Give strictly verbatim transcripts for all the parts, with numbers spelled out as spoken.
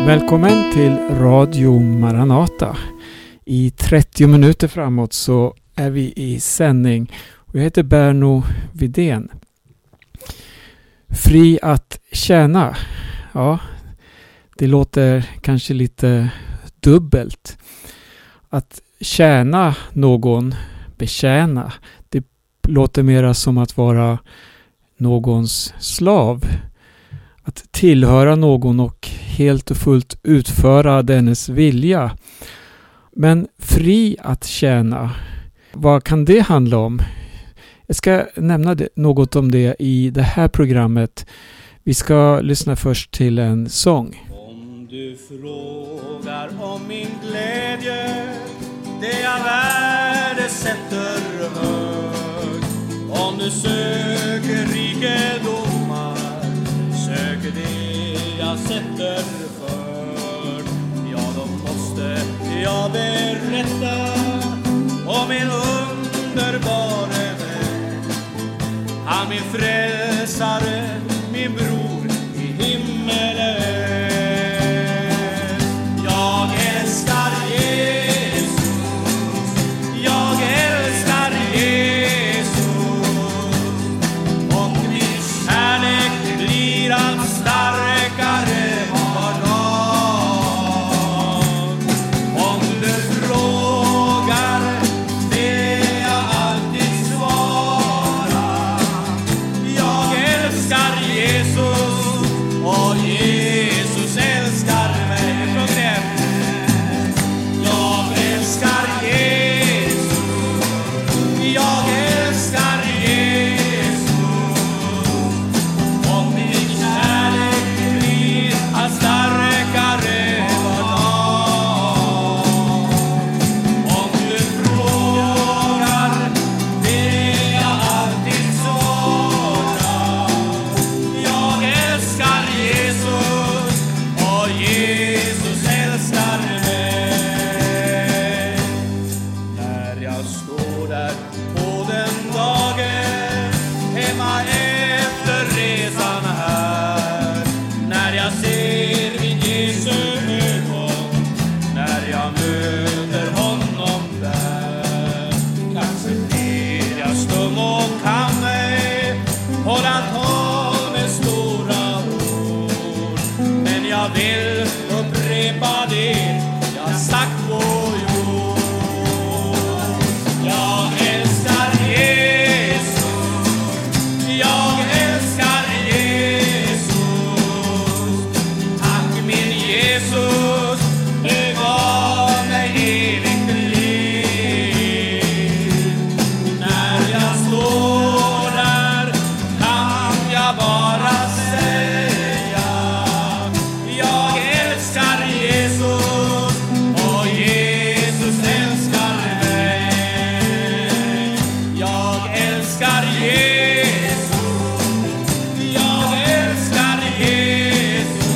Välkommen till Radio Maranata. I trettio minuter framåt så är vi i sändning. Jag heter Berno Widén. Fri att tjäna. Ja, det låter kanske lite dubbelt. Att tjäna någon, betjäna, det låter mera som att vara någons slav. Att tillhöra någon och helt och fullt utföra dennes vilja. Men fri att tjäna, vad kan det handla om? Jag ska nämna det, något om det i det här programmet. Vi ska lyssna först till en sång. Om du frågar om min glädje, det jag värdesätter högt. Om du söker rikedomar, söker det jag sätter för. Ja, då måste jag berätta om min underbara vän. Han min frälsare, min bror i himmelen. Jag älskar Jesus, jag älskar Jesus. Och min kärlek blir allt starkare var dag. Om du frågar, det jag alltid svarar. Jag älskar Jesus och Jesus älskar mig. Jag älskar Jesus, jag älskar Jesus. Och min kärlek blir allt starkare var dag. Om du frågar, det jag alltid svarar. Jag älskar Jesus och Jesus älskar mig. När jag står där på den dagen, hemma efter resan här. När jag ser min Jesu ögon, när jag möter honom där. Kanske blir jag stum och kan mig hålla tal med stora ord. Men jag vill upprepa det jag sagt på jord. Jag älskar Jesus, jag älskar Jesus. Tack min Jesus, du gav mig evigt liv. När jag står där kan jag bara säga, jag älskar Jesus och Jesus älskar mig. Jag älskar Jesus, jag älskar Jesus.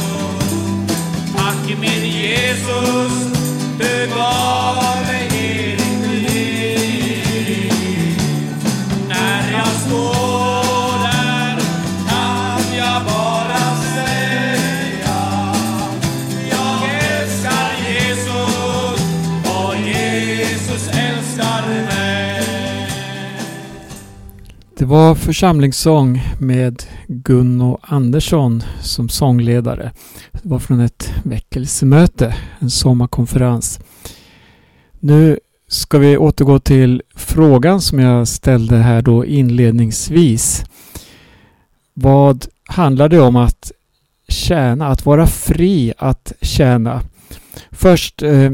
Tack min Jesus, du gav mig evigt liv. När jag står där kan jag bara säga, jag älskar Jesus och Jesus älskar mig. Det var församlingssång med Gunno Andersson som sångledare. Det var från ett väckelsemöte, en sommarkonferens. Nu ska vi återgå till frågan som jag ställde här då inledningsvis. Vad handlar det om att tjäna, att vara fri att tjäna? Först, eh,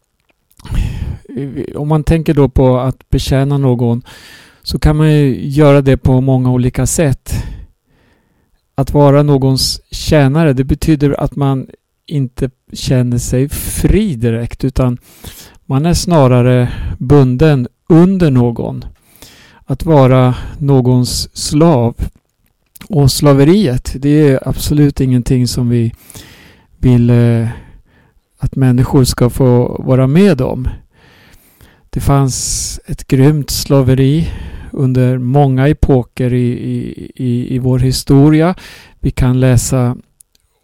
om man tänker då på att betjäna någon, så kan man ju göra det på många olika sätt. Att vara någons tjänare, det betyder att man inte känner sig fri direkt, utan man är snarare bunden under någon. Att vara någons slav. Och slaveriet, det är absolut ingenting som vi vill eh, att människor ska få vara med om. Det fanns ett grymt slaveri under många epoker i, i, i, i vår historia. Vi kan läsa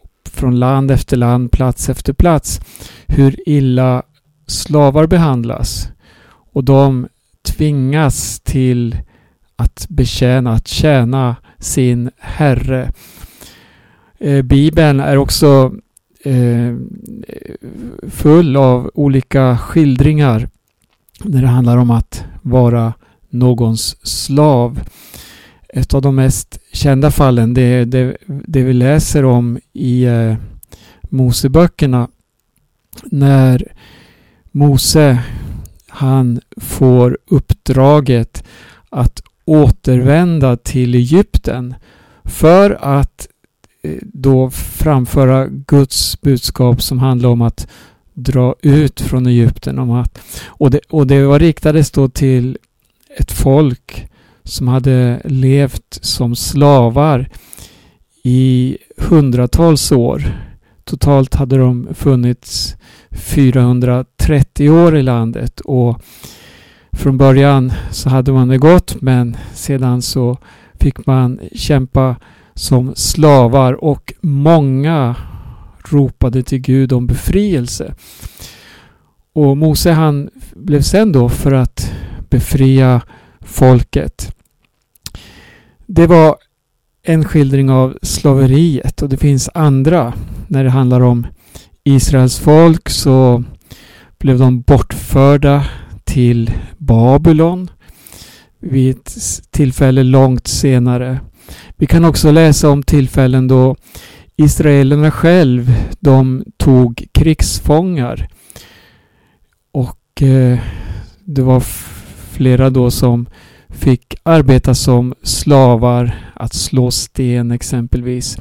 från land efter land, plats efter plats, hur illa slavar behandlas. Och de tvingas till att betjäna, att tjäna sin herre. Eh, Bibeln är också eh, full av olika skildringar när det handlar om att vara någons slav. Ett av de mest kända fallen, det är det, det vi läser om i eh, Moseböckerna. När Mose, han får uppdraget att återvända till Egypten för att eh, då framföra Guds budskap som handlar om att dra ut från Egypten. Om att, och, det, och det var riktades då till ett folk som hade levt som slavar i hundratals år. Totalt hade de funnits fyrahundratrettio år i landet, och från början så hade man det gott, men sedan så fick man kämpa som slavar, och många ropade till Gud om befrielse. Och Mose, han blev sen då för att befria folket. Det var en skildring av slaveriet, och det finns andra. När det handlar om Israels folk så blev de bortförda till Babylon vid ett tillfälle långt senare. Vi kan också läsa om tillfällen då israelerna själv, de tog krigsfångar, och eh, det var f- flera då som fick arbeta som slavar, att slå sten exempelvis.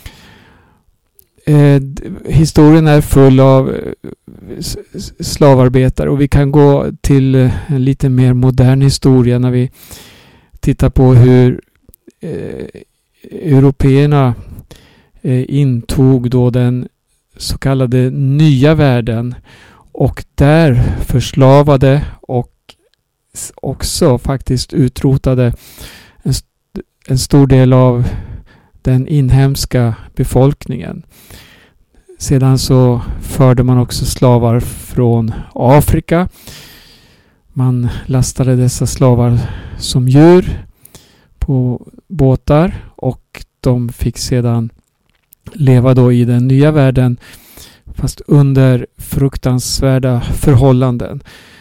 Eh, historien är full av eh, slavarbetare, och vi kan gå till eh, en lite mer modern historia när vi tittar på hur eh, européerna eh, intog då den så kallade nya världen, och där förslavade och också faktiskt utrotade en, st- en stor del av den inhemska befolkningen. Sedan så förde man också slavar från Afrika. Man lastade dessa slavar som djur på båtar, och de fick sedan leva då i den nya världen, fast under fruktansvärda förhållanden.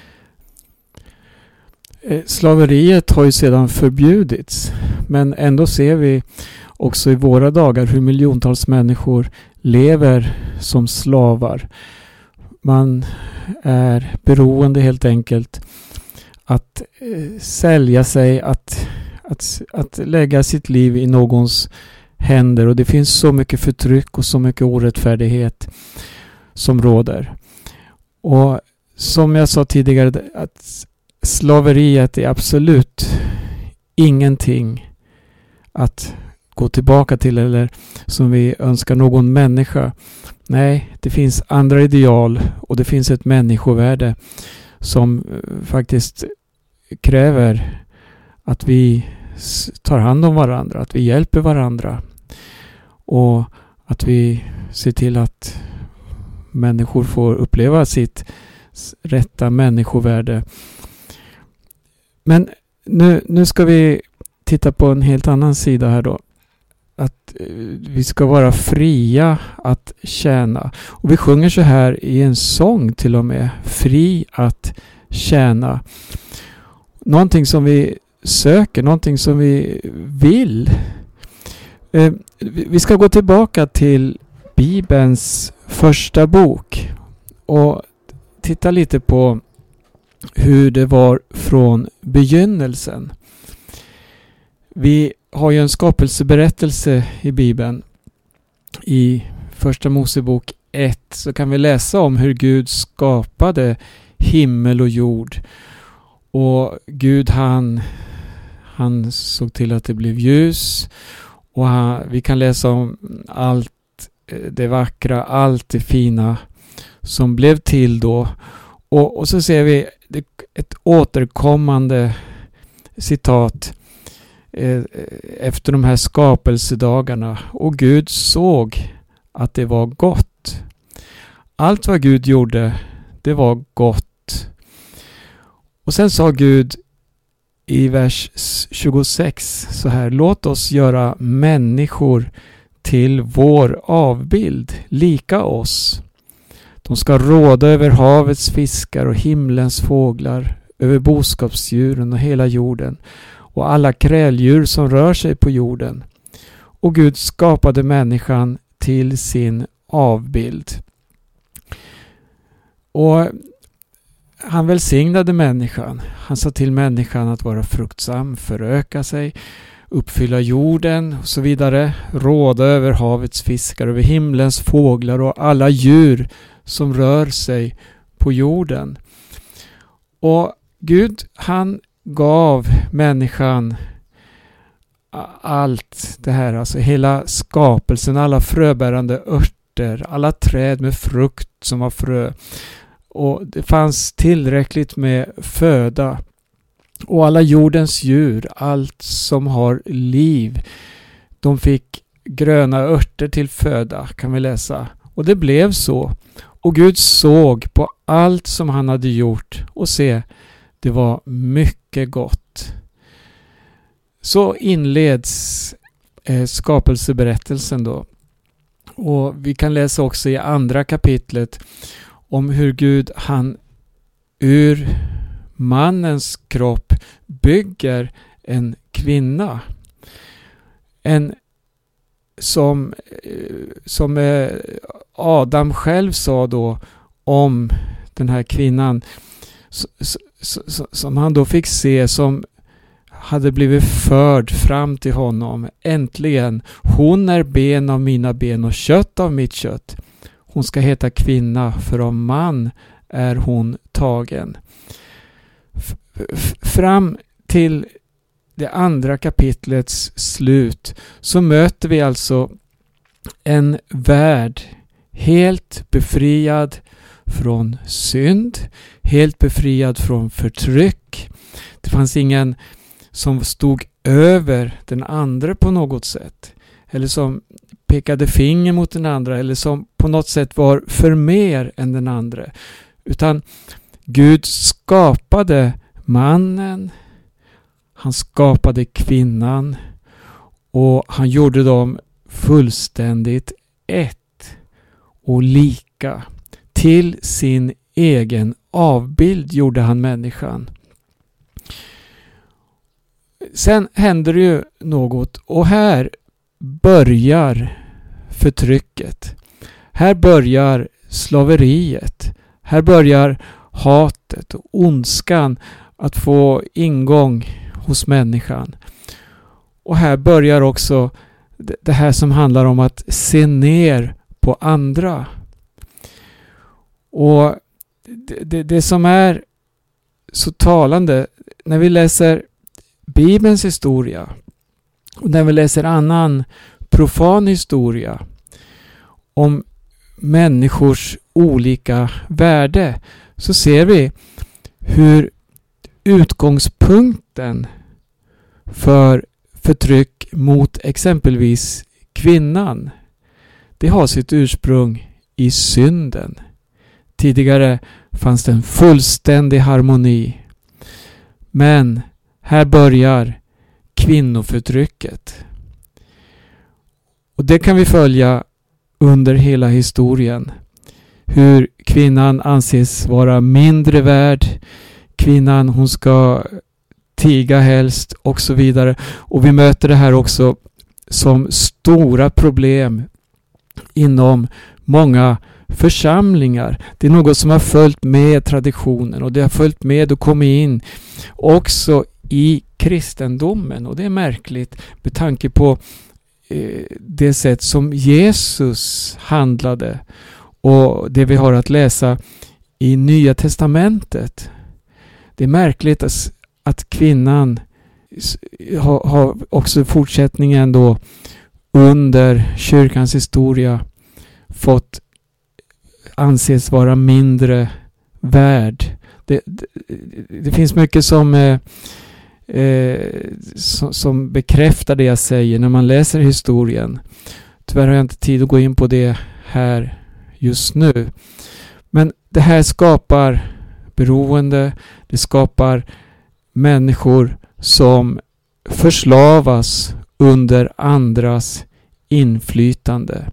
Slaveriet har ju sedan förbjudits, men ändå ser vi också i våra dagar hur miljontals människor lever som slavar. Man är beroende helt enkelt att eh, sälja sig, att, att, att lägga sitt liv i någons händer, och det finns så mycket förtryck och så mycket orättfärdighet som råder. Och som jag sa tidigare, att slaveriet är absolut ingenting att gå tillbaka till, eller som vi önskar någon människa. Nej, det finns andra ideal, och det finns ett människovärde som faktiskt kräver att vi tar hand om varandra, att vi hjälper varandra, och att vi ser till att människor får uppleva sitt rätta människovärde. Men nu, nu ska vi titta på en helt annan sida här då. Att vi ska vara fria att tjäna. Och vi sjunger så här i en sång till och med. Fri att tjäna. Någonting som vi söker, någonting som vi vill. Eh, vi ska gå tillbaka till Bibelns första bok och titta lite på hur det var från begynnelsen. Vi har ju en skapelseberättelse i Bibeln. I första Mosebok ett så kan vi läsa om hur Gud skapade himmel och jord. Och Gud han, han såg till att det blev ljus. Och han, vi kan läsa om allt det vackra, allt det fina som blev till då. Och, och så ser vi ett återkommande citat eh, efter de här skapelsedagarna. Och Gud såg att det var gott. Allt vad Gud gjorde, det var gott. Och sen sa Gud i vers tjugosex så här: låt oss göra människor till vår avbild, lika oss. De ska råda över havets fiskar och himlens fåglar, över boskapsdjuren och hela jorden och alla kräldjur som rör sig på jorden. Och Gud skapade människan till sin avbild. Och han välsignade människan. Han sa till människan att vara fruktsam, föröka sig, uppfylla jorden och så vidare. Råda över havets fiskar, över himlens fåglar och alla djur som rör sig på jorden. Och Gud, han gav människan allt det här, alltså hela skapelsen, alla fröbärande örter, alla träd med frukt som var frö. Och det fanns tillräckligt med föda. Och alla jordens djur, allt som har liv, de fick gröna örter till föda, kan vi läsa. Och det blev så. Och Gud såg på allt som han hade gjort och se, det var mycket gott. Så inleds eh, skapelseberättelsen då. Och vi kan läsa också i andra kapitlet om hur Gud, han ur mannens kropp bygger en kvinna. En som, som Adam själv sa då om den här kvinnan, som han då fick se, som hade blivit förd fram till honom. Äntligen, hon är ben av mina ben och kött av mitt kött. Hon ska heta kvinna, för av man är hon tagen. F- fram till det andra kapitlets slut så möter vi alltså en värld helt befriad från synd, helt befriad från förtryck. Det fanns ingen som stod över den andra på något sätt, eller som pekade finger mot den andra, eller som på något sätt var för mer än den andra. Utan Gud skapade mannen, han skapade kvinnan och han gjorde dem fullständigt ett och lika. Till sin egen avbild gjorde han människan. Sen händer det ju något, och här börjar förtrycket. Här börjar slaveriet. Här börjar hatet och ondskan att få ingång hos människan. Och här börjar också det här som handlar om att se ner på andra. Och det, det, det som är så talande när vi läser Bibelns historia och när vi läser annan profan historia om människors olika värde, så ser vi hur utgångspunkten för förtryck mot exempelvis kvinnan, det har sitt ursprung i synden. Tidigare fanns det en fullständig harmoni. Men här börjar kvinnoförtrycket. Och det kan vi följa under hela historien. Hur kvinnan anses vara mindre värd. Kvinnan, hon ska tiga helst och så vidare. Och vi möter det här också som stora problem inom många församlingar. Det är något som har följt med traditionen, och det har följt med och kommit in också i kristendomen. Och det är märkligt med tanke på eh, det sätt som Jesus handlade och det vi har att läsa i Nya testamentet. Det är märkligt att, att kvinnan har, har också fortsättningen då under kyrkans historia fått anses vara mindre värd. Det, det, det finns mycket som, eh, eh, som, som bekräftar det jag säger när man läser historien. tyvärr har jag inte tid att gå in på det här just nu. Men det här skapar beroende. Det skapar människor som förslavas under andras inflytande.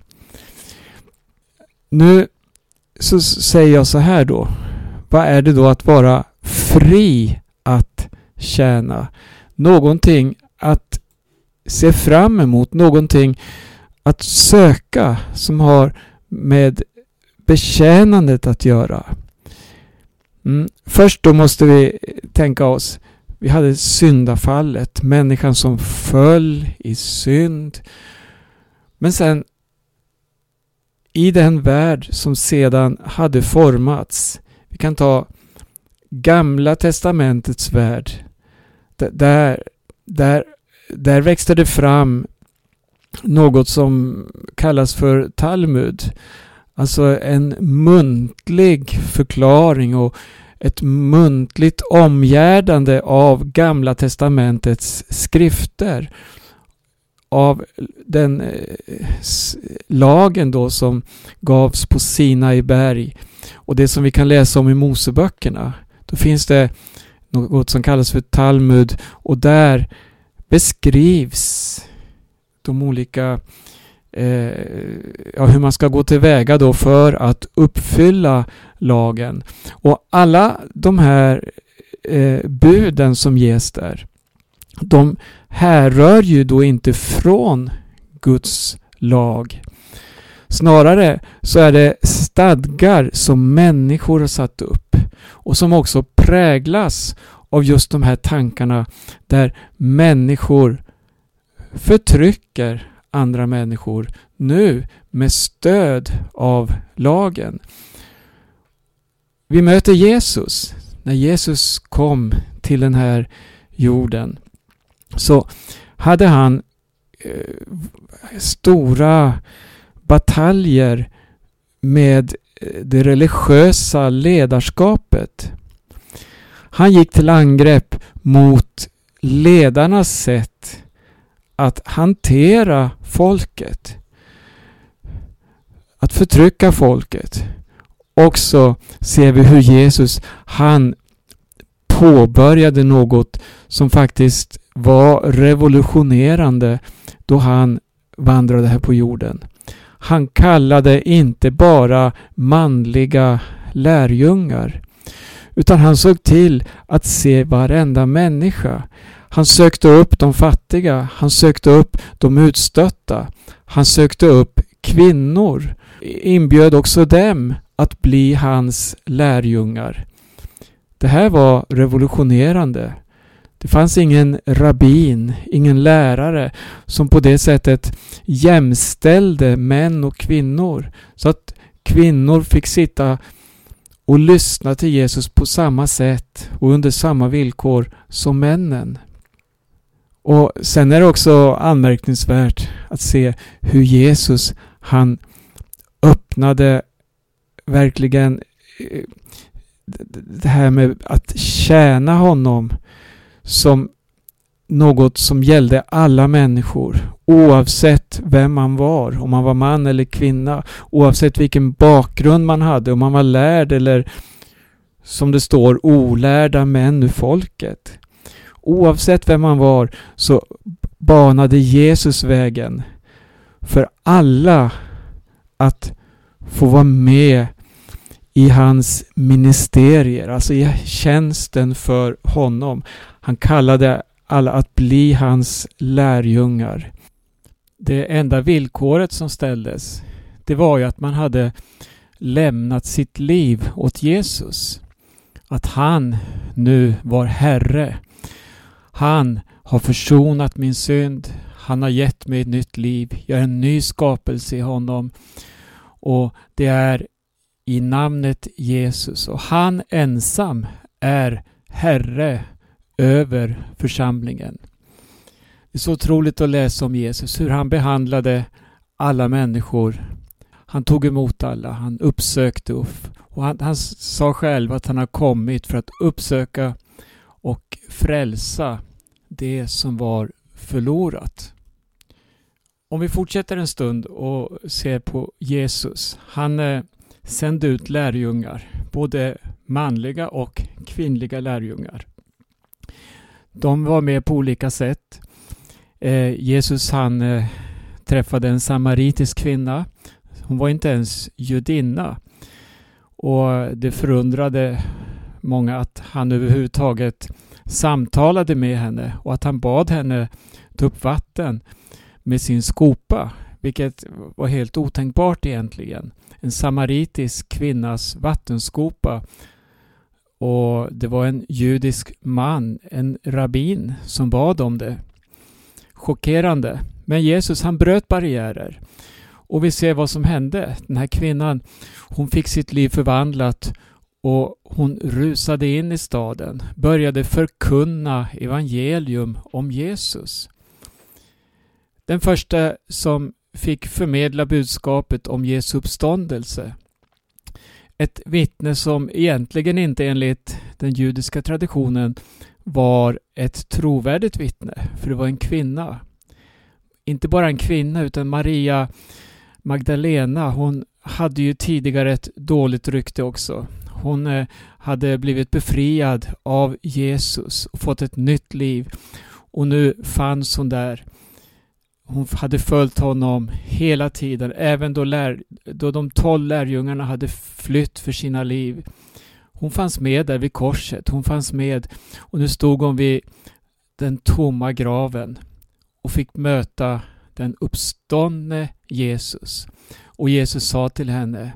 Nu så säger jag så här då. Vad är det då att vara fri att tjäna? Någonting att se fram emot, någonting att söka som har med betjänandet att göra. Mm. Först då måste vi tänka oss, vi hade syndafallet, människan som föll i synd. Men sen i den värld som sedan hade formats, vi kan ta Gamla testamentets värld, där, där, där växte det fram något som kallas för Talmud. Alltså en muntlig förklaring och ett muntligt omgärdande av Gamla testamentets skrifter. Av den eh, lagen då som gavs på Sinai berg. Och det som vi kan läsa om i Moseböckerna. Då finns det något som kallas för Talmud. Och där beskrivs de olika eh, ja, hur man ska gå tillväga då för att uppfylla lagen. Och alla de här eh, buden som ges där, de härrör ju då inte från Guds lag. Snarare så är det stadgar som människor har satt upp och som också präglas av just de här tankarna där människor förtrycker andra människor nu med stöd av lagen. Vi möter Jesus. När Jesus kom till den här jorden så hade han eh, stora bataljer med det religiösa ledarskapet. Han gick till angrepp mot ledarnas sätt att hantera folket. Att förtrycka folket. Och så ser vi hur Jesus, han påbörjade något som faktiskt var revolutionerande då han vandrade här på jorden. Han kallade inte bara manliga lärjungar, utan han såg till att se varenda människa. Han sökte upp de fattiga, han sökte upp de utstötta, han sökte upp kvinnor, inbjöd också dem att bli hans lärjungar. Det här var revolutionerande. Det fanns ingen rabbin, ingen lärare som på det sättet jämställde män och kvinnor. Så att kvinnor fick sitta och lyssna till Jesus på samma sätt och under samma villkor som männen. Och sen är det också anmärkningsvärt att se hur Jesus, han öppnade verkligen det här med att tjäna honom som något som gällde alla människor, oavsett vem man var, om man var man eller kvinna, oavsett vilken bakgrund man hade, om man var lärd eller som det står olärda män ur folket. Oavsett vem man var så banade Jesus vägen för alla att få vara med i hans ministerier, alltså i tjänsten för honom. Han kallade alla att bli hans lärjungar. Det enda villkoret som ställdes, det var ju att man hade lämnat sitt liv åt Jesus. Att han nu var Herre. Han har försonat min synd. Han har gett mig ett nytt liv. Jag är en ny skapelse i honom. Och det är i namnet Jesus. Och han ensam är Herre över församlingen. Det är så otroligt att läsa om Jesus. Hur han behandlade alla människor. Han tog emot alla. Han uppsökte upp. Och han, han sa själv att han har kommit för att uppsöka och frälsa det som var förlorat. Om vi fortsätter en stund och ser på Jesus. Han eh, sände ut lärjungar, både manliga och kvinnliga lärjungar. De var med på olika sätt. Eh, Jesus han eh, träffade en samaritisk kvinna. Hon var inte ens judinna. Och det förundrade många att han överhuvudtaget samtalade med henne och att han bad henne ta upp vatten med sin skopa, vilket var helt otänkbart egentligen. En samaritisk kvinnas vattenskopa, och det var en judisk man, en rabbin, som bad om det. Chockerande. Men Jesus han bröt barriärer. Och vi ser vad som hände. Den här kvinnan, hon fick sitt liv förvandlat och hon rusade in i staden, började förkunna evangelium om Jesus. Den första som fick förmedla budskapet om Jesu uppståndelse. Ett vittne som egentligen inte enligt den judiska traditionen var ett trovärdigt vittne, för det var en kvinna. Inte bara en kvinna utan Maria Magdalena, hon hade ju tidigare ett dåligt rykte också. Hon eh, hade blivit befriad av Jesus och fått ett nytt liv. Och nu fanns hon där. Hon hade följt honom hela tiden, även då, lär, då de tolv lärjungarna hade flytt för sina liv. Hon fanns med där vid korset, hon fanns med, och nu stod hon vid den tomma graven och fick möta den uppståndne Jesus. Och Jesus sa till henne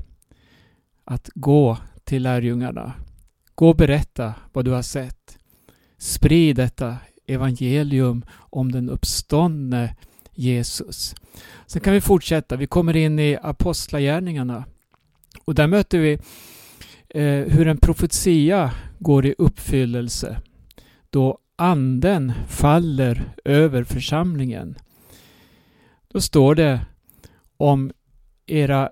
att gå till lärjungarna, gå och berätta vad du har sett. Sprid detta evangelium om den uppståndne Jesus. Sen kan vi fortsätta. Vi kommer in i apostlagärningarna. Och där möter vi eh, hur en profetia går i uppfyllelse. Då anden faller över församlingen. Då står det om era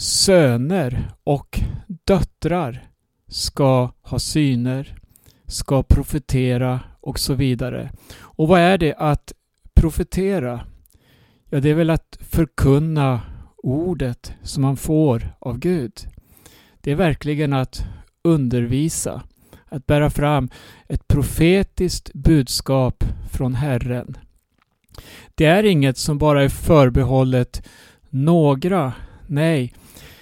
söner och döttrar ska ha syner, ska profetera och så vidare. Och vad är det att profetera? Ja, det är väl att förkunna ordet som man får av Gud. Det är verkligen att undervisa, att bära fram ett profetiskt budskap från Herren. Det är inget som bara är förbehållet några. Nej,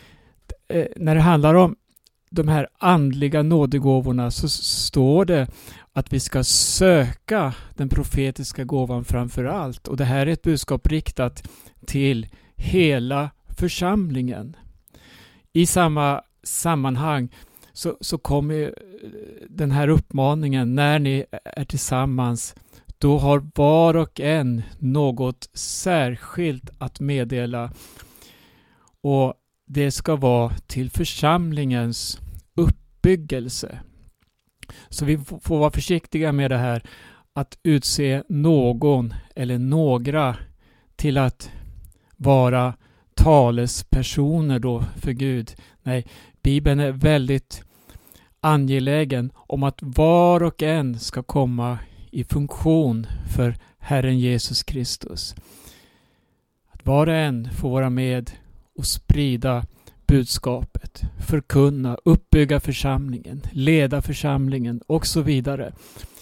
eh, när det handlar om de här andliga nådegåvorna så står det att vi ska söka den profetiska gåvan framför allt. Och det här är ett budskap riktat till hela församlingen. I samma sammanhang så, så kommer den här uppmaningen: när ni är tillsammans, då har var och en något särskilt att meddela. Och det ska vara till församlingens uppbyggelse. Så vi får vara försiktiga med det här att utse någon eller några till att vara talespersoner då för Gud. Nej, Bibeln är väldigt angelägen om att var och en ska komma i funktion för Herren Jesus Kristus. Att var och en får vara med och sprida budskapet, förkunna, uppbygga församlingen, leda församlingen och så vidare.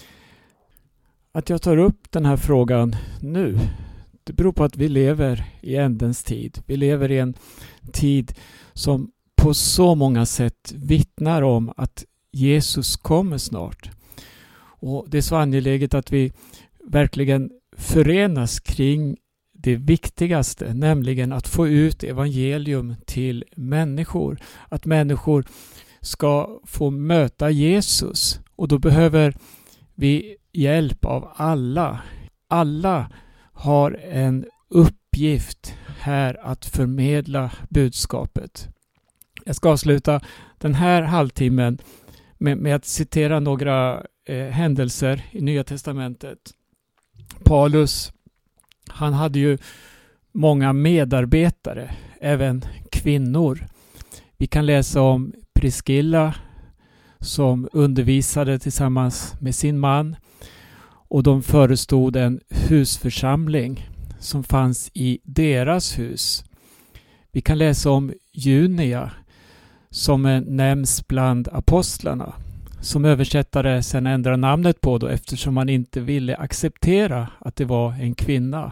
Att jag tar upp den här frågan nu, det beror på att vi lever i ändens tid. Vi lever i en tid som på så många sätt vittnar om att Jesus kommer snart. Och det är så angeläget att vi verkligen förenas kring det viktigaste, nämligen att få ut evangelium till människor. Att människor ska få möta Jesus, och då behöver vi hjälp av alla. Alla har en uppgift här att förmedla budskapet. Jag ska avsluta den här halvtimmen med, med att citera några eh, händelser i Nya testamentet. Paulus, han hade ju många medarbetare, även kvinnor. Vi kan läsa om Priscilla som undervisade tillsammans med sin man, och de förestod en husförsamling som fanns i deras hus. Vi kan läsa om Junia som nämns bland apostlarna, som översättare sen ändrar namnet på då, eftersom man inte ville acceptera att det var en kvinna.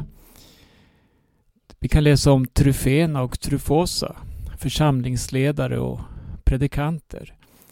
Vi kan läsa om Tryfena och Tryfosa, församlingsledare och predikanter.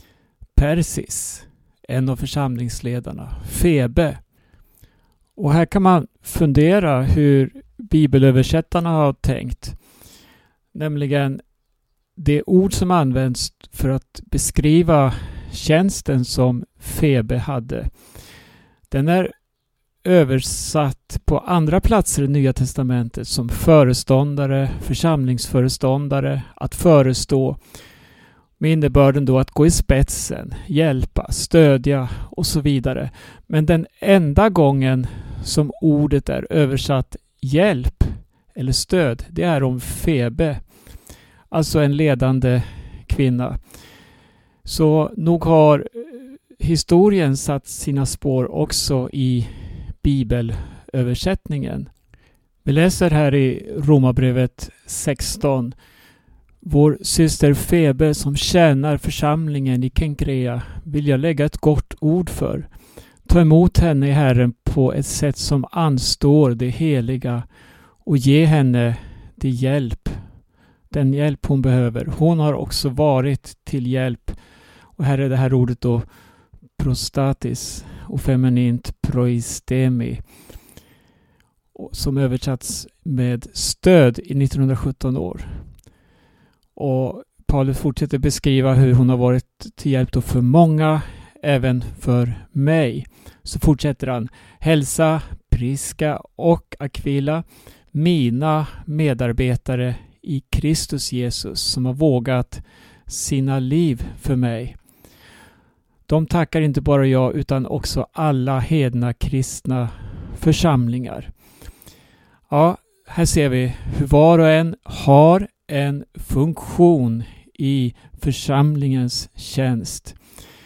Persis, en av församlingsledarna. Febe. Och här kan man fundera hur bibelöversättarna har tänkt. Nämligen det ord som används för att beskriva tjänsten som Febe hade. Den är översatt på andra platser i Nya testamentet som föreståndare, församlingsföreståndare, att förestå, med innebörden då att gå i spetsen, hjälpa, stödja och så vidare. Men den enda gången som ordet är översatt hjälp eller stöd, det är om Febe, alltså en ledande kvinna. Så nog har historien satt sina spår också i bibelöversättningen. Vi läser här i Romarbrevet sexton. Vår syster Febe som tjänar församlingen i Kenkrea vill jag lägga ett gott ord för. Ta emot henne i Herren på ett sätt som anstår det heliga och ge henne det hjälp, den hjälp hon behöver. Hon har också varit till hjälp. Och här är det här ordet då prostatis och feminint proistemi, som översatts med stöd i nittonhundrasjutton år. Och Paulus fortsätter beskriva hur hon har varit till hjälp då för många, även för mig. Så fortsätter han: hälsa Priska och Aquila, mina medarbetare i Kristus Jesus, som har vågat sina liv för mig. De tackar inte bara jag utan också alla hedna kristna församlingar. Ja, här ser vi hur var och en har en funktion i församlingens tjänst.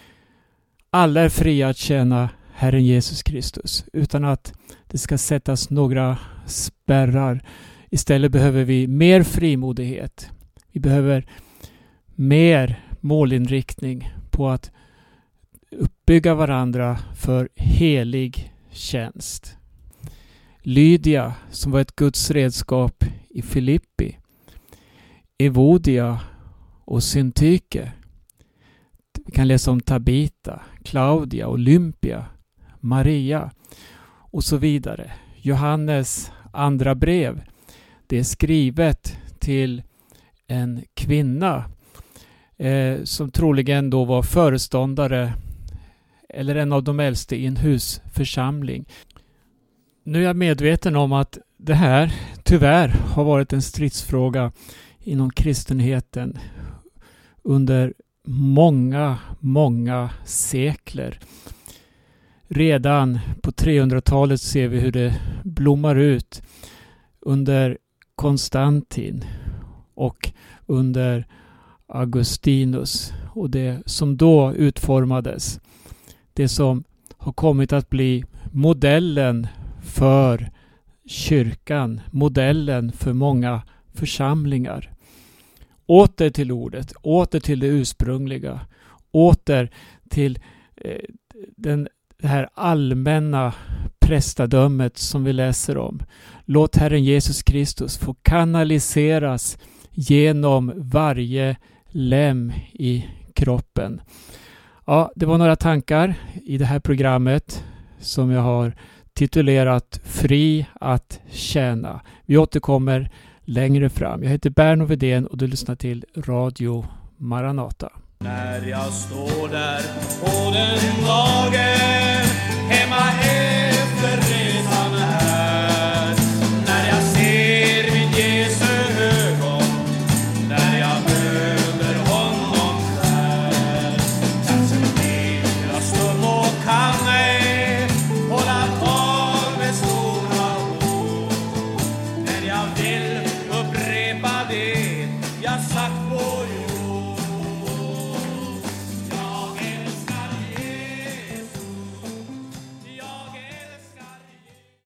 Alla är fria att tjäna Herren Jesus Kristus utan att det ska sättas några spärrar. Istället behöver vi mer frimodighet. Vi behöver mer målinriktning på att uppbygga varandra för helig tjänst. Lydia, som var ett Guds redskap i Filippi, Evodia och Syntyke. Vi kan läsa om Tabita, Claudia, Olympia, Maria och så vidare. Johannes andra brev, det är skrivet till en kvinna eh, som troligen då var föreståndare eller en av de äldste i en husförsamling. Nu är jag medveten om att det här tyvärr har varit en stridsfråga inom kristenheten under många, många sekler. Redan på trehundratalet ser vi hur det blommar ut under Konstantin och under Augustinus och det som då utformades. Det som har kommit att bli modellen för kyrkan, modellen för många församlingar. Åter till ordet, åter till det ursprungliga, åter till eh, den, det här allmänna prästadömet som vi läser om. Låt Herren Jesus Kristus få kanaliseras genom varje lem i kroppen. Ja, det var några tankar i det här programmet som jag har titulerat Fri att tjäna. Vi återkommer längre fram. Jag heter Berno Vedén och du lyssnar till Radio Maranata. När jag står där på den dagen hemma efter